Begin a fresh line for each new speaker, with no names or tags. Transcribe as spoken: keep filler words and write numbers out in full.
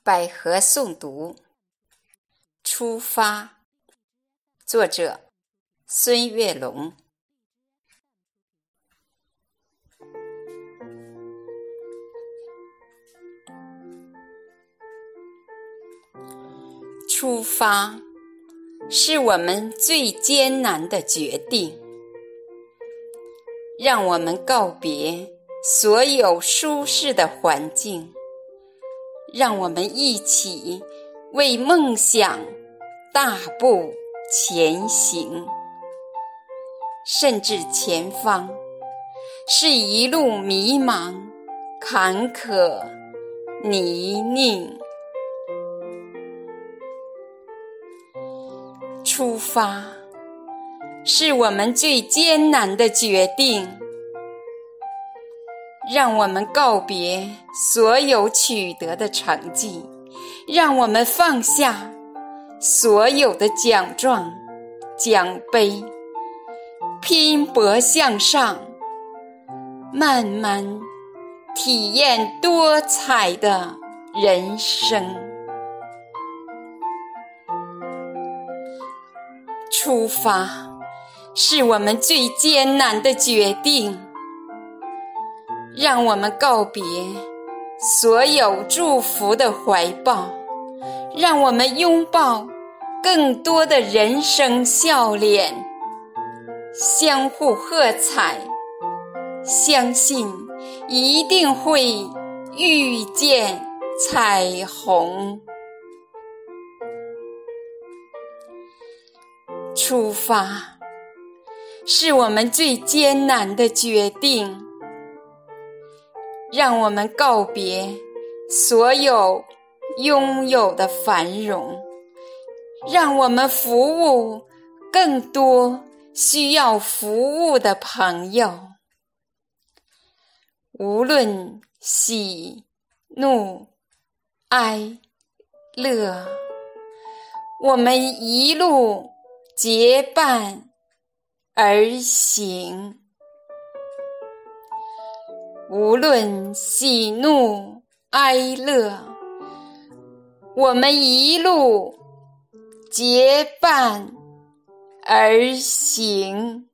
百合诵读，出发，作者孙月龙。出发是我们最艰难的决定，让我们告别所有舒适的环境，让我们一起为梦想大步前行。甚至前方是一路迷茫、坎坷、泥泞。出发是我们最艰难的决定，让我们告别所有取得的成绩，让我们放下所有的奖状、奖杯，拼搏向上，慢慢体验多彩的人生。出发是我们最艰难的决定，让我们告别所有祝福的怀抱，让我们拥抱更多的人生笑脸，相互喝彩，相信一定会遇见彩虹。出发是我们最艰难的决定，让我们告别所有拥有的繁荣，让我们服务更多需要服务的朋友。无论喜怒哀乐，我们一路结伴而行。无论喜怒哀乐，我们一路结伴而行。